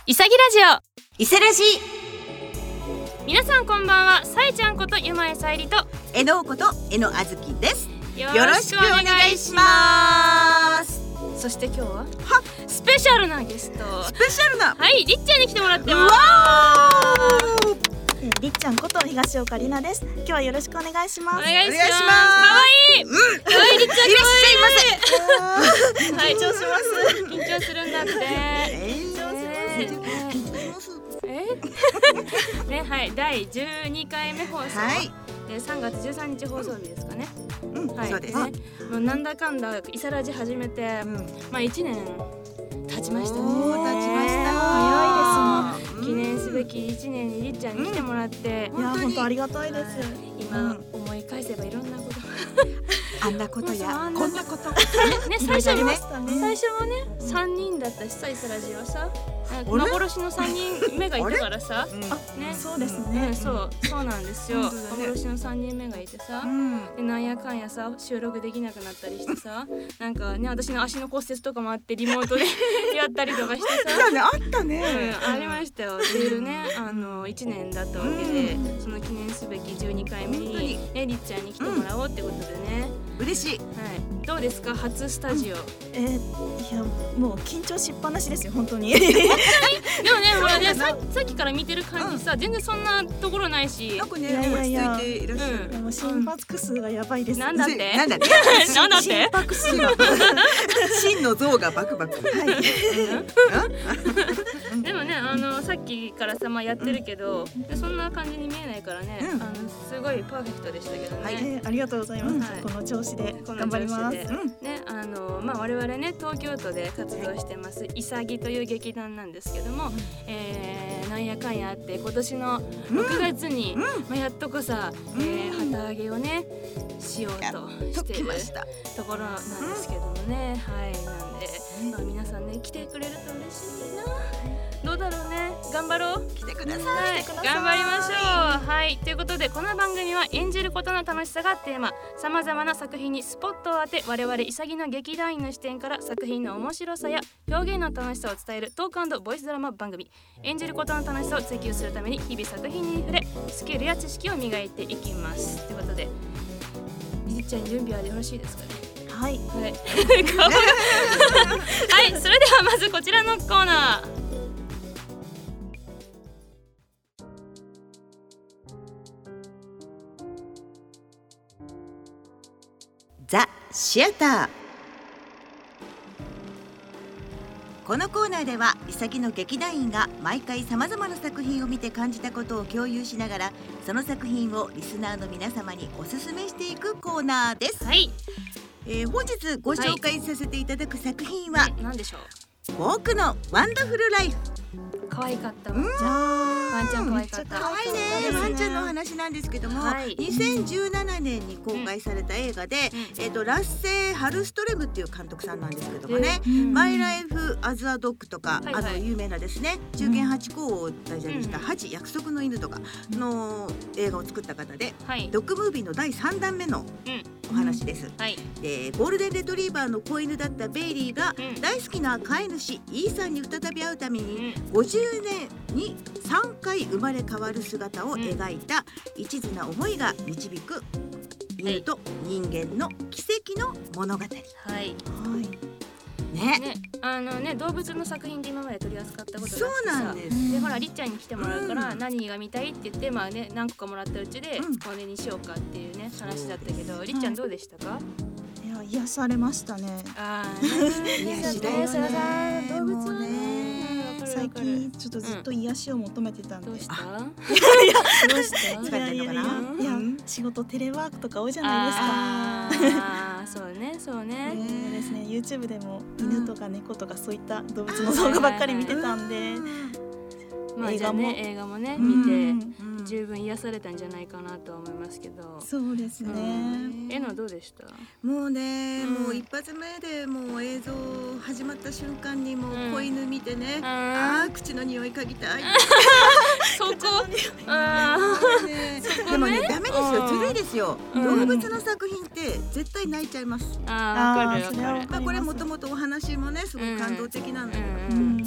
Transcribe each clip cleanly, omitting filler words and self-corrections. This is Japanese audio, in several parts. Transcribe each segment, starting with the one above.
いさぎラジオいせラジ。 皆さんこんばんは。さえちゃんことゆまえさえりとえのうことえのあずきです。 よよろしくお願いします。 そして今日はスペシャルなゲスト、 スペシャルな、 はい、りっちゃんに来てもらってます。 りっちゃんこと東岡里奈です。今日はよろしくお願いします。 お願いします。 お願いします。 かわいい、かわいいりっちゃん、 いらっしゃいませ。 はい、 緊張します。 緊張するんだって。ね、はい、第12回目放送、 はい、 で3月13日放送日ですかね。はい、 そうですね、もうなんだかんだいさらじ始めて、まあ1年経ちましたね。 経ちました。 早いですね。記念すべき1年にりっちゃんに来てもらって、 いや本当ありがたいです。 今思い返せばいろんなことあんなことやこんなことね、最初もね3人だったしさ、いさらじはさ、幻の3人目がいたからさ、ね、 そうですね。 そうなんですよ。幻の3人目がいてさ、でなんやかんやさ収録できなくなったりしてさ、なんかね、私の足の骨折とかもあってリモートでやったりとかしてさ、 あったね、 ありましたよっていうね、1年だったわけで、その記念すべき12回目にね、りっちゃんに来てもらおうってことでね。 嬉しい。 はい、どうですか初スタジオ。 いやもう緊張しっぱなしですよ本当に。 でもね、ほらね、さっきから見てる感じさ、全然そんなところないし。 なんかね、落ち着いていらっしゃる。 もう心拍数がやばいです。 なんだって？ なんだって？ なんだって？ 心拍数が。 真の像がバクバク。 でもね、さっきからさ、まあやってるけど、そんな感じに見えないからね、すごいパーフェクトでしたけどね。 ありがとうございます。この調子で頑張ります。 ね、まあ我々ね、東京都で活動してますいさぎという劇団なんですけども、なんやかんやあって今年の6月に、まあやっとこさ、旗揚げをねしようとしているところなんですけどもね、はい、なんで、まあ、皆さんね来てくれると嬉しいな。どうだろうね、頑張ろう。 来てください。 頑張りましょう。はい、ということでこの番組は演じることの楽しさがテーマ、さまざまな作品にスポットを当て、我々いさぎの劇団員の視点から作品の面白さや表現の楽しさを伝えるトーク&ボイスドラマ番組。演じることの楽しさを追求するために日々作品に触れ、スキルや知識を磨いていきますということで、りっちゃん準備はよろしいですかね。 はい、 はいはい、それではまずこちらのコーナー。 ザ・シアター。このコーナーではイサギの劇団員が毎回さまざまな作品を見て感じたことを共有しながら、その作品をリスナーの皆様におすすめしていくコーナーです。 はい、 本日ご紹介させていただく作品は、 何でしょう。 僕のワンダフルライフ。 可愛かったワンちゃん。ワンちゃん可愛かった。 可愛いね。ワンちゃんのお話なんですけども、2017年に公開された映画で、ラッセー・ハルストレムっていう監督さんなんですけどもね、マイライフ・アズ・ア・ドッグとか、有名なですね、中堅8校を題材にした8約束の犬とかの映画を作った方で、ドッグムービーの第3弾目のお話です。で、ゴールデンレトリーバーの子犬だったベイリーが大好きな飼い主イーサンに再び会うために50年に3回生まれ変わる姿を描いた一途な思いが導く犬と人間の奇跡の物語。 動物の作品で今まで取り扱ったことがあってさ、 そうなんです。 でほらりっちゃんに来てもらうから、何が見たいって言って、まあね、何個かもらったうちでこれにしようかっていうね話だったけど、りっちゃんどうでしたか。 いや癒されましたね。 癒しだよね。 動物はね、 最近ちょっとずっと癒しを求めてたんで。 どうした？ どうした？疲れてるのかな。いや仕事テレワークとか多いじゃないですか。 そうね、そうね。 ですね、YouTube でも犬とか猫とかそういった動物の動画ばっかり見てたんで、 まあ映画もね見て十分癒されたんじゃないかなとは思いますけど。 そうですね。 絵のどうでした？ もうね、もう一発目でもう映像始まった瞬間にもう子犬見てね、口の匂い嗅ぎたい。 そこ。 でもね、ダメですよ、ずるいですよ。動物の作品って絶対泣いちゃいます。 わかる。 これもともとお話もねすごく感動的なんだけど、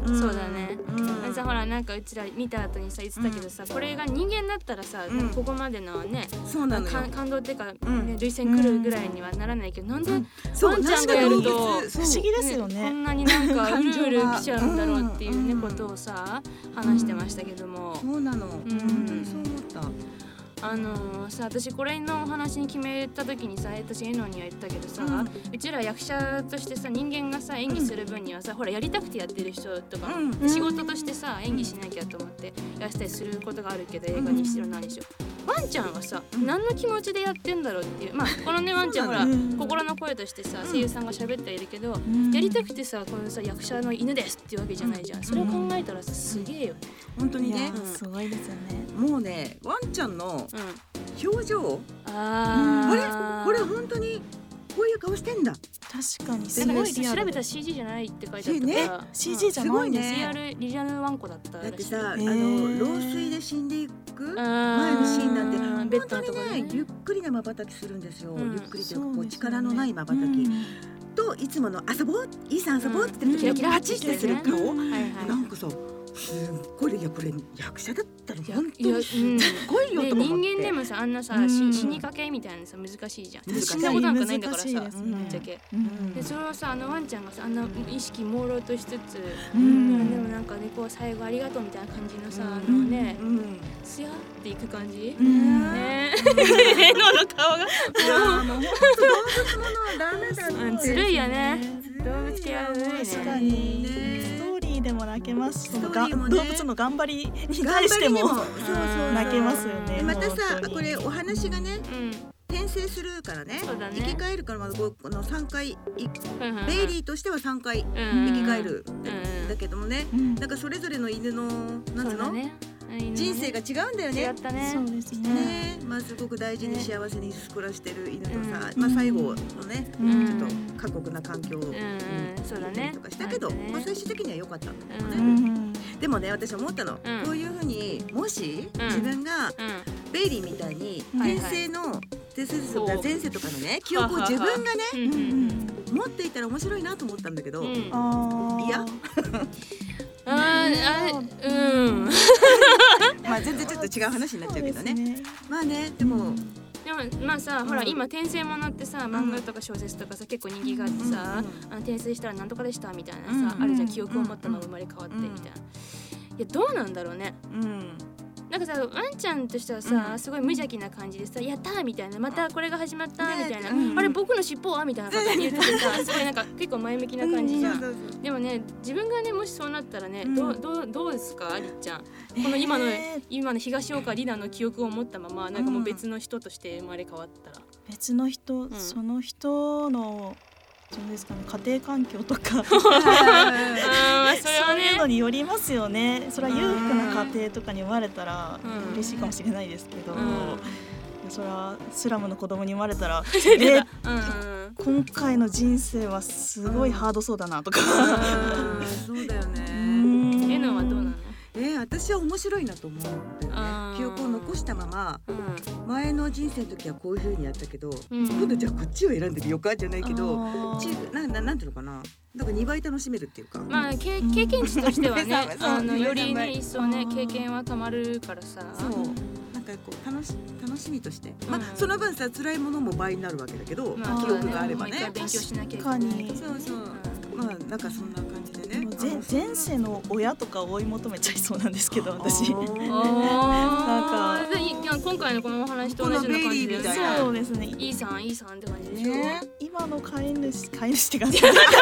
そうだね。さほらなんかうちら見た後にさ言ってたけどさ、これが人間だったらさ、ここまでのね、感動っていうかね、涙腺くるぐらいにはならないけど、なんでワンちゃんがやると不思議ですよね。 こんなになんかうるうるきちゃうんだろうっていうねことをさ話してましたけども。 そうなの。本当にそう思った。 さ、私これのお話に決めた時にさ、私エノには言ったけどさ、うちら役者としてさ、人間がさ演技する分にはさ、ほらやりたくてやってる人とか、仕事としてさ演技しなきゃと思ってやったりすることがあるけど、映画にしろ何にしろ、ワンちゃんはさ何の気持ちでやってんだろうっていう、まあこのねワンちゃんほら心の声としてさ声優さんが喋っているけど、やりたくてさこのさ役者の犬ですっていうわけじゃないじゃん。それを考えたらさすげえよ。 本当にね、 すごいですよね。 もうね、ワンちゃんの表情、 あれこれ本当にこういう顔してんだ。 確かにすごごいリアル。 調べたら CG じゃないって書いてあったから、 CG じゃないんですね。 リアルワンコだったらしい。 だってさ、老衰で死んでいく前のシーンなんて本当にね、ゆっくりな瞬きするんですよ。ゆっくりというかこう力のない瞬きと、いつもの遊ぼう、いいさん遊ぼうって言ってる時のパチってする顔、なんかさ、すっごい、いやこれ役者だったら本当にすっごいよと思って。 人間でもさ、あんなさ死にかけみたいなさ難しいじゃん。死んだことなんかないんだからさ、ぶっちゃけ。でそれをさ、ワンちゃんがさあんな意識朦朧としつつ、でもなんかねこう最後ありがとうみたいな感じのさ、ねスヤっていく感じ。ねエノの顔が本当動物ものはダメだって。 ずるいよね。動物系はずるいね。 確かに。でも泣けますし、動物の頑張りに対しても泣けますよね。 またさ、これお話がね転生するからね、生き返るから、まずこの3回ベイリーとしては3回生き返るだけどもね、なんかそれぞれの犬のなんつうの人生が違うんだよね。 違ったね。 そうですね。 まあすごく大事に幸せに暮らしてる犬とさ、まあ最後のねちょっと過酷な環境にそうだねとかしたけど、まあ最終的には良かったんだよね。でもね、私思ったの、こういうふうにもし自分がベイリーみたいに転生の前世とかのね記憶を自分がね持っていたら面白いなと思ったんだけど、いやまあ全然ちょっと違う話になっちゃうけどね。まあね、でもまあさ、ほら今転生ものってさ、漫画とか小説とかさ結構人気があってさ、転生したらなんとかでしたみたいなさ、あるじゃん、記憶を持ったのが生まれ変わってみたいな。いやどうなんだろうね。なんかさ、ワンちゃんとしてはさ、すごい無邪気な感じでさ、やったーみたいな、またこれが始まったみたいな、あれ僕の尻尾はみたいな感じで言っててさ、すごいなんか結構前向きな感じじゃん。でもね、自分がねもしそうなったらね、どうですか、りっちゃん。この今の東岡里奈の記憶を持ったまま、なんかもう別の人として生まれ変わったら。 別の人、その人のそうですかね、家庭環境とかそういうのによりますよね。それは裕福な家庭とかに生まれたら嬉しいかもしれないですけど、それはスラムの子供に生まれたら今回の人生はすごいハードそうだなとか。 そうだよね。 エノはどうなの？ 私は面白いなと思うんだよね。記憶を残したまま、前の人生の時はこういう風にやったけど、今度じゃあこっちを選んでみようかじゃないけど、なんていうのかな、だから2倍楽しめるっていうか、 まあ経験値としてはね、よりね一層ね経験はたまるからさ。 そう、なんかこう楽しみとして、まあその分さ辛いものも倍になるわけだけど、記憶があればね。 勉強しなきゃいけない。 そうそう。まあなんかそんな感じでね。 前世の親とか追い求めちゃいそうなんですけど、私。なんか今回のこのお話と同じような感じで。 そうですね。 いいさんって感じでしょ。 今の飼い主って感じ。やめろ。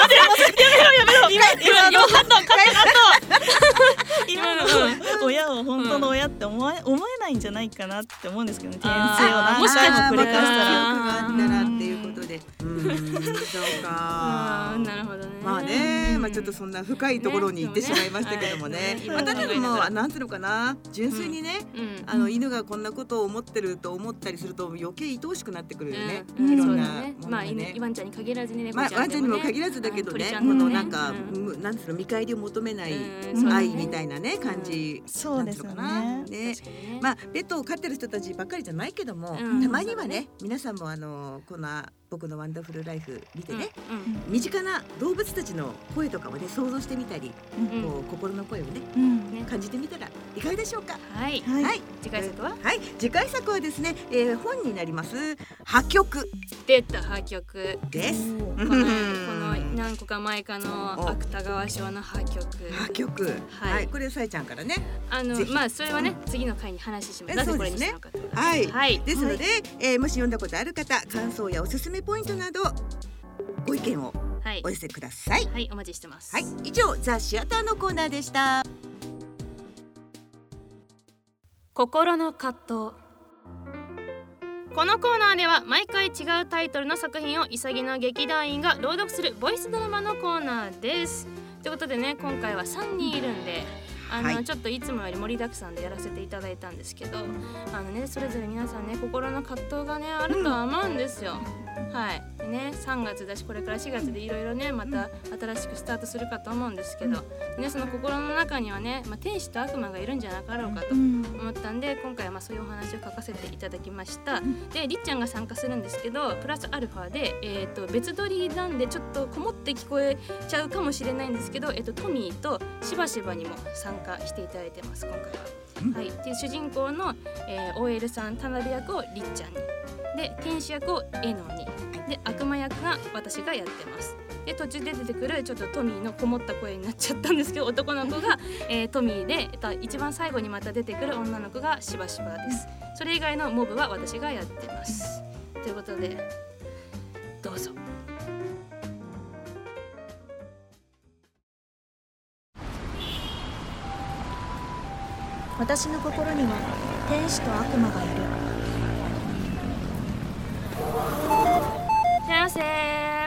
今の親を本当の親って思えないんじゃないかなって思うんですけどね。転生を何回も繰り返したら。 あったらっていうことで。そうか。 なるほどね。 まあね、まあちょっとそんな深いところに行ってしまいましたけどもね。ただでもなんていうのかな、純粋にね、犬がこんなことを思ってると思ったりすると余計愛おしくなってくるよね。いろんなものがね。 ワンちゃんに限らずにね。 ワンちゃんにも限らずだけどね、このなんかなんていうの、見返りを求めない愛みたいなね感じ。 そうですよね。 まあペットを飼ってる人たちばっかりじゃないけども、たまにはね、皆さんもこんな僕のワンダフルライフ見てね、身近な動物たちの声とかをね想像してみたり、こう心の声をね、感じてみたらいかがでしょうか。 はい、次回作は、 次回作はですね、本になります破局。 出た破局です。 この何個か前かの芥川賞の破局。はい、 これさえちゃんからね。 まあそれはね、次の回に話します。なぜこれにしたのかと。 はい。ですので、もし読んだことある方、感想やおすすめポイントなどご意見をお寄せください。 はい、お待ちしてます。 はい、以上ザ・シアターのコーナーでした。 心の葛藤。このコーナーでは毎回違うタイトルの作品を潔の劇団員が朗読するボイスドラマのコーナーです。ということでね、今回は3人いるんでちょっといつもより盛りだくさんでやらせていただいたんですけど、それぞれ皆さんね、心の葛藤がねあるとは思うんですよ。はいね、3月だしこれから4月でいろいろねまた新しくスタートするかと思うんですけど、ね、その心の中にはね、天使と悪魔がいるんじゃなかろうかと思ったんで、今回はそういうお話を書かせていただきました。でりっちゃんが参加するんですけど、プラスアルファで、別撮りなんでちょっとこもって聞こえちゃうかもしれないんですけど、トミーとしばしばにも参加していただいてます今回は。はい、で主人公の、OL さん田辺役をりっちゃんに、で天使役をエノに、で悪魔役が私がやってます。で途中で出てくるちょっとトミーのこもった声になっちゃったんですけど、男の子が、トミーで、一番最後にまた出てくる女の子がしばしばです。それ以外のモブは私がやってます。ということでどうぞ。 私の心には天使と悪魔がいる。 先生、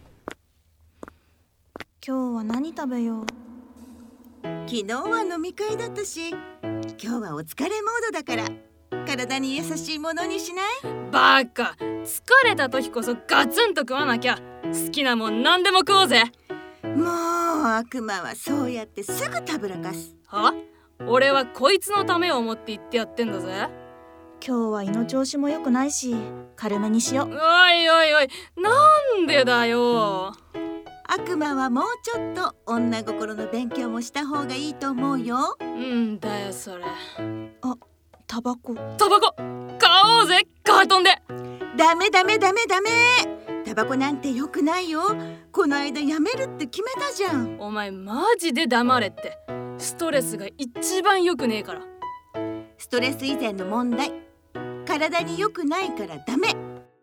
今日は何食べよう。 昨日は飲み会だったし、今日はお疲れモードだから体に優しいものにしない？ バカ、疲れた時こそガツンと食わなきゃ。好きなもん何でも食おうぜ。 もう悪魔はそうやってすぐたぶらかす。 は？俺はこいつのためを思って言ってやってんだぜ。 今日は胃の調子も良くないし軽めにしよう。 おいおいおい、なんでだよ。 悪魔はもうちょっと女心の勉強もした方がいいと思うよ。 だよそれ。 あ、タバコ買おうぜ、カートンで。 ダメ。タバコなんて良くないよ。この間やめるって決めたじゃん。 お前マジで黙れって。ストレスが一番良くねえから。 ストレス以前の問題、体に良くないからダメ。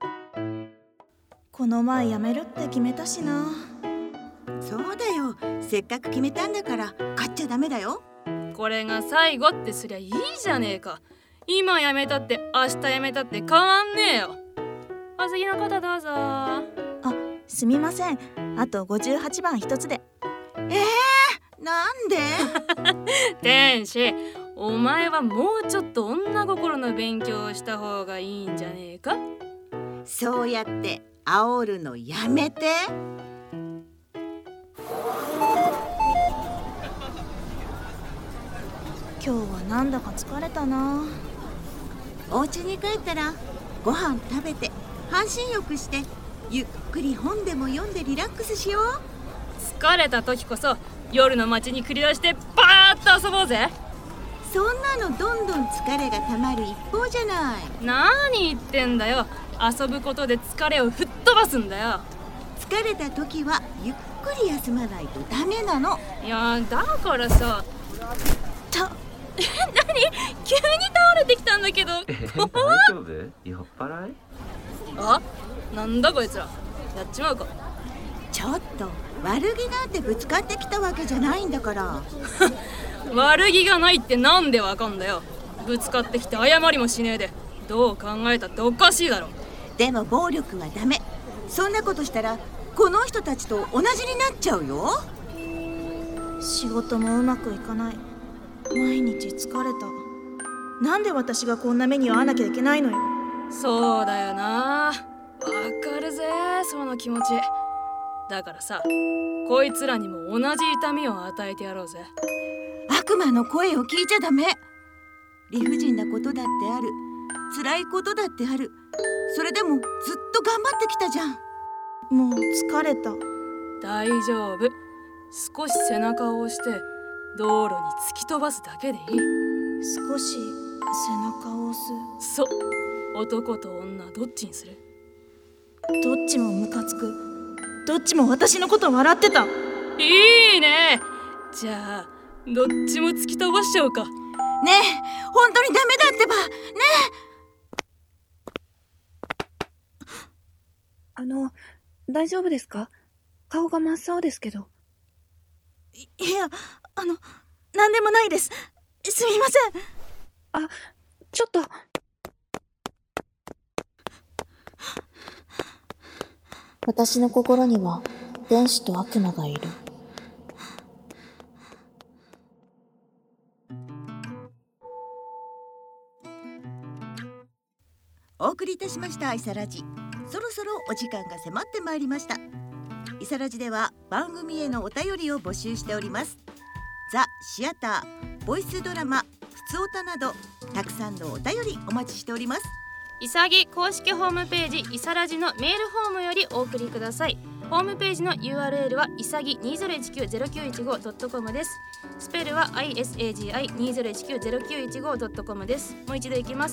この前やめるって決めたしな。 そうだよ、せっかく決めたんだから買っちゃダメだよ。 これが最後ってすりゃいいじゃねえか。今やめたって明日やめたって変わんねえよ。お次の方どうぞ。 あ、すみません、あと58番一つで。 なんで？ 天使、お前はもうちょっと女心の勉強をした方がいいんじゃねえか。 そうやって煽るのやめて。 今日はなんだか疲れたな。 お家に帰ったらご飯食べて半身浴してゆっくり本でも読んでリラックスしよう。 疲れた時こそ夜の街に繰り出してバーッと遊ぼうぜ。 そんなのどんどん疲れがたまる一方じゃない。 何言ってんだよ。遊ぶことで疲れを吹っ飛ばすんだよ。 疲れた時はゆっくり休まないとダメなの。 いやだからさ。何？急に倒れてきたんだけど。 大丈夫？酔っ払い？ あ、なんだこいつら。やっちまうか。 ちょっと悪気があってぶつかってきたわけじゃないんだから。 悪気がないってなんでわかんだよ。ぶつかってきて謝りもしねえでどう考えたっておかしいだろ。 でも暴力はダメ。そんなことしたらこの人たちと同じになっちゃうよ。 仕事もうまくいかない。毎日疲れた。なんで私がこんな目に遭わなきゃいけないのよ。 そうだよな、わかるぜその気持ち。だからさ、こいつらにも同じ痛みを与えてやろうぜ。 悪魔の声を聞いちゃダメ。理不尽なことだってある、辛いことだってある。 それでもずっと頑張ってきたじゃん。 もう疲れた。 大丈夫。少し背中を押して道路に突き飛ばすだけでいい。 少し背中を押す。 そう、男と女どっちにする？ どっちもムカつく。どっちも私のこと笑ってた。 いいね。じゃあどっちも突き飛ばしちゃおうか。 ねえ、本当にダメだってば。ねえ。大丈夫ですか？顔が真っ青ですけど。 いや、なんでもないです。すみません。 あ、ちょっと。 私の心には天使と悪魔がいる。 お送りいたしましたイサラジ。そろそろお時間が迫ってまいりました。イサラジでは番組へのお便りを募集しております。ザ・シアター、ボイスドラマ、ふつおたなどたくさんのお便りお待ちしております。 いさぎ公式ホームページいさらじのメールフォームよりお送りください。ホームページの URL はいさぎ 2019-0915.com です。スペルは isagi2019-0915.com です。もう一度いきます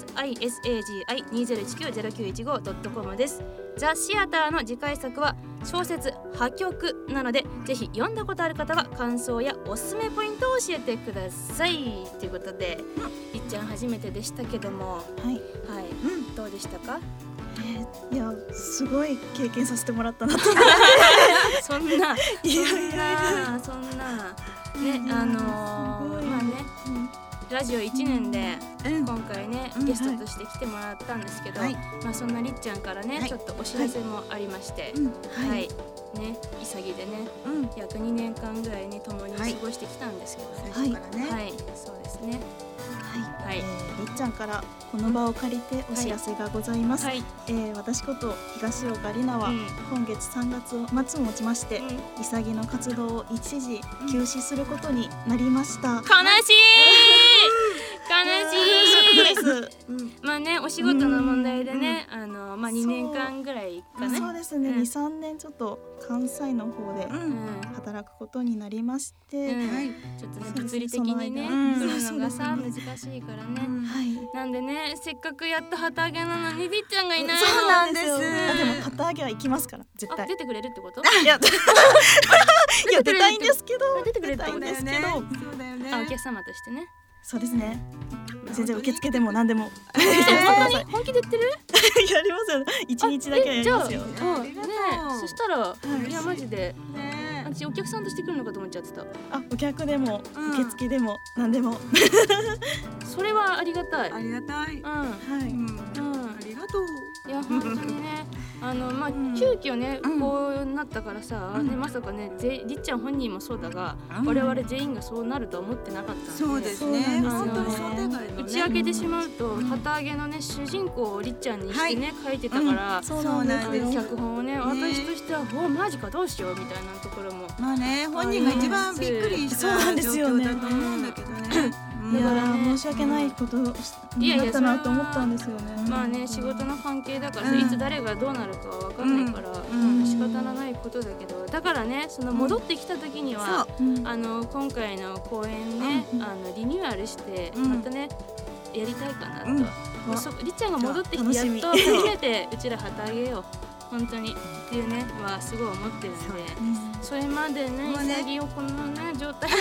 。isagi2019-0915.com です。ザ・シアターの次回作は小説破局なので、ぜひ読んだことある方は感想やおすすめポイントを教えてください。ということで、りっちゃん初めてでしたけども、はい、どうでしたか？ いや、すごい経験させてもらったなとそんなね、まあね、ラジオ1年で今回ね、ゲストとして来てもらったんですけど、まあそんなりっちゃんからね、ちょっとお知らせもありまして、はいね、いさぎでね、約2年間ぐらいね共に過ごしてきたんですけどね。はい、そうですね。はい、 りっちゃんからこの場を借りてお知らせがございます。私こと東岡里奈は今月3月末をもちまして、いさぎの活動を一時休止することになりました。 悲しいまあね、お仕事の問題でね、まあ2年間ぐらいかね。 そうですね、2、3年ちょっと関西の方で働くことになりまして、 ちょっとね物理的にね来るのがさ難しいからね。なんでね、せっかくやっと旗揚げなのにりっちゃんがいないの。 そうなんです。でも旗揚げは行きますから絶対。 出てくれるってこと？ いや出たいんですけど。 出てくれるってことですけど。そうだよね。 お客様としてね。 そうですね。全然受付でも何でも。 本気で言ってる？ やりますよ。1日だけはやりますよ。 ね、そしたらいやマジで。私お客さんとして来るのかと思っちゃってた。 お客でも受付でも何でも。 それはありがたい。 ありがたい。 はい。 ありがとう。 いや本当にね、まあ急遽ねこうなったからさ、ねまさかねりっちゃん本人もそうだが、我々全員がそうなるとは思ってなかったんで。 そうですね。本当に想定外のね。 打ち明けてしまうと旗揚げのね主人公をりっちゃんにしてね書いてたから、 そうなんです。 脚本をね私としてはマジかどうしようみたいなところも。 まあね、本人が一番びっくりした状況だと思うんだけどね。 だから申し訳ないことだったなと思ったんですよね。 まあね、仕事の関係だからさ、いつ誰がどうなるかは分かんないから、仕方のないことだけど、だからね、その戻ってきた時には、今回の公演ね、リニューアルしてまたねやりたいかなと。りっちゃんが戻ってきてやっと初めてうちら旗揚げよう。本当にっていうねはすごい思ってるんで、それまでね潔をこのね状態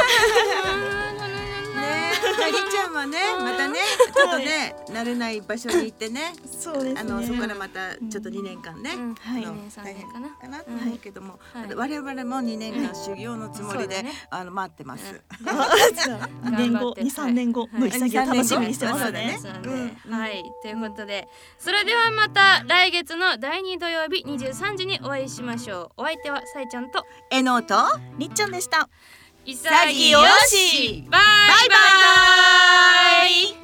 ね、りっちゃんはねまたねちょっとね慣れない場所に行ってね、 そうですね。 そこからまたちょっと2年間ね、 2年3年かなと思うけども、我々も2年間修行のつもりで待ってます。 2年後、2、3年後の潔を楽しみにしてますね。 はい、ということで、それではまた来月の第2土曜日23時にお会いしましょう。お相手はさえちゃんとえのとりっちゃんでした。 潔よし、バイバイ。